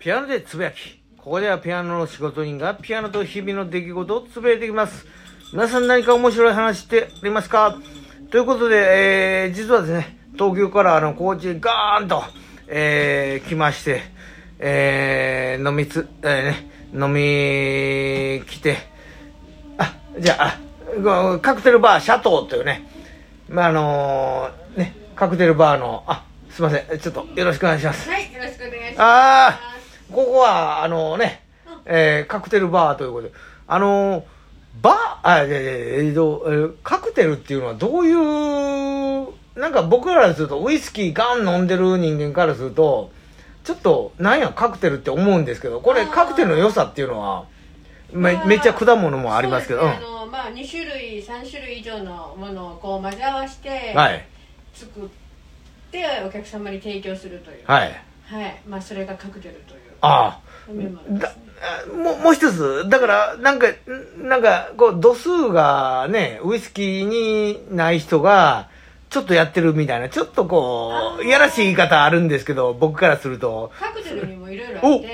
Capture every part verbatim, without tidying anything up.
ピアノでつぶやき。ここではピアノの仕事人がピアノと日々の出来事をつぶやいていきます。皆さん何か面白い話しておりますか？ということで、えー、実はですね、東京からあの高知へガーンと、えー、来まして、えー、飲みつ、えー、ね、飲み来て、あ、じゃあ、あカクテルバーシャトーというね、まあ、あのー、ね、カクテルバーの、あ、すいません、ちょっとよろしくお願いします。 はい、よろしくお願いします。 あー、ここは、あのね、えー、カクテルバーということで、あのー、バー、あ、いやいやいや、えーと、えー、カクテルっていうのはどういう、なんか僕らからすると、ウイスキーガン飲んでる人間からすると、ちょっと、なんや、カクテルって思うんですけど、これ、カクテルの良さっていうのは、め, めっちゃ果物もありますけど、 そうですね、あのまあ、に種類さん種類以上のものをこう混ぜ合わせて作ってお客様に提供するという、 はい、 はい、まあ、それがカクテルというあ飲み物ですね。 あ、もうもう一つだからなんかなんかこう度数がねウイスキーにない人がちょっとやってるみたいな、ちょっとこういやらしい言い方あるんですけど、僕からするとカクテルにもいろいろあって、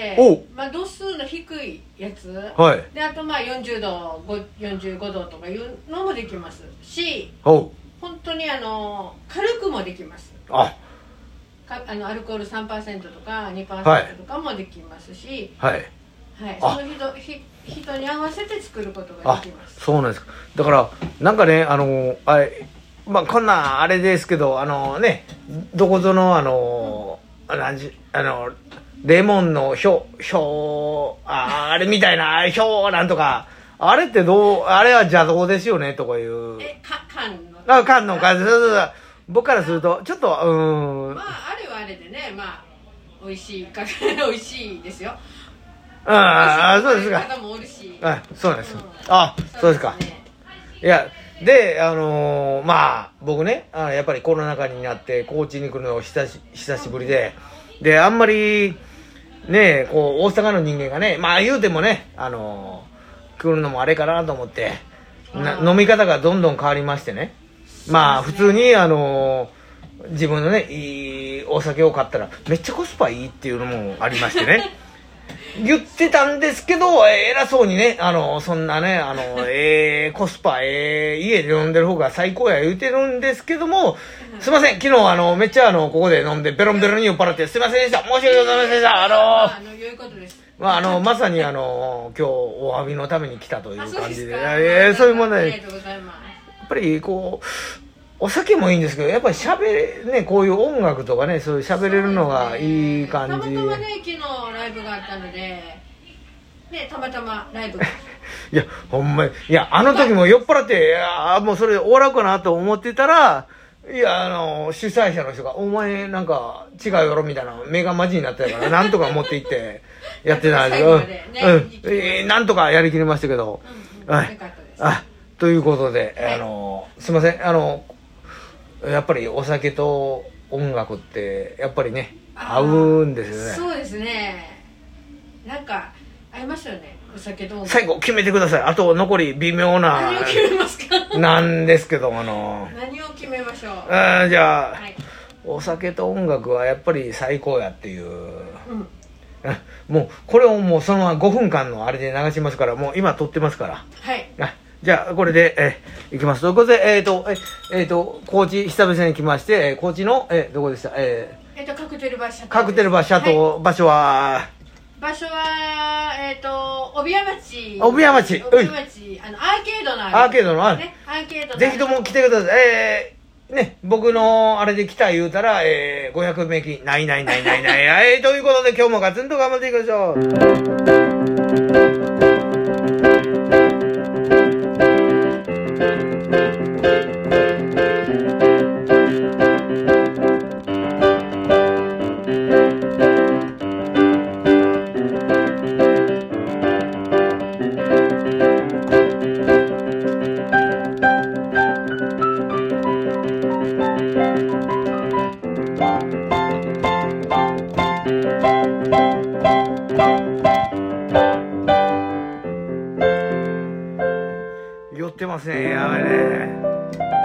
まあ、度数の低いやつ、はい、であとまあよんじゅうど、よんじゅうごどとかいうのもできますし、本当にあの軽くもできます。あかあのアルコール さんパーセント とか にパーセント とかもできますし、はい、はい、その人ひ人に合わせて作ることができます。 あ、そうなんですか。だからなんかね、あのあれ、まあ、こんなあれですけど、あのね、どこぞのあの、うん、なんじあのレモンのひょひょああれみたいなひょなんとか、あれってどう、あれは邪道ですよねとかいう。 え、か缶のあ缶の缶、そうそうそう、僕からするとちょっとうん、 まああれはあれでね、まあ美味しいか美味しいですよ。 ああ、そうですか。 方もおるし、 あ、そうです、うん、あ、そうですか。いやで、あのー、まあ僕ね、あやっぱりコロナ禍になって高知に来るの久し久しぶりで、であんまりねこう大阪の人間がね、まあ言うてもね、あのー、来るのもあれかなと思ってな、飲み方がどんどん変わりましてね、まあ普通にあのー、自分のねいいお酒を買ったらめっちゃコスパいいっていうのもありましてね言ってたんですけど、偉そうにね、あの、そんなね、あの、えー、コスパ、えー、家で飲んでる方が最高や言うてるんですけども、すいません、昨日あの、めっちゃあの、ここで飲んでベロンベロンに酔っ払ってすいませんでした。申し訳ございませんでした。あのー、 あの、良いことです。 まあ、あの、まさにあの、今日お詫びのために来たという感じで、 あ、そうえー、そういうもので、 ありがとうございます。 やっぱりこう、お酒もいいんですけど、やっぱり喋れ、ね、こういう音楽とかね、そういう喋れるのがいい感じ。 たまたまね、昨日ライブがあったので、ね、たまたまライブが。 いや、ほんまに、いや、あの時も酔っ払って、いや、もうそれで終わろうかなと思ってたら、いや、あの、主催者の人が、お前なんか違うやろみたいな、目がマジになったから、なんとか持って行って、やってたんですけど、うん、えー、なんとかやりきりましたけど、 うん、はい。よかったです。 あ、ということで、はい、あの、すいません、あの、やっぱりお酒と音楽ってやっぱりね合うんですよね。 そうですね、なんか合いますよね、お酒と音楽。 最後決めてください。あと残り微妙な何を決めますかなんですけど、あの何を決めましょう。 あ、じゃあ、はい、お酒と音楽はやっぱり最高やっていう、うん、もうこれをもうそのままごふんかんのあれで流しますから、もう今撮ってますから、はい、あ、じゃあこれで、えー、いきます。ということで、えっ、ー、と、えっ、ー、と、高知久々に来まして、えー、高知の、えー、どこでした、えー、えっ、ー、と、カクテルバーシャトー。 カクテルバーシャトー、はい、場所は場所は、えっ、ー、と、帯屋町。 帯屋町。 帯屋町。あの、アーケードのある。 アーケードのある。 ね、アーケードの。 ぜひとも来てください。えー、ね、僕のあれで来た言うたら、えー、ごひゃくめいき、ないないないないない。えー、ということで今日もガツンと頑張っていきましょう。酔ってますね、やばいね。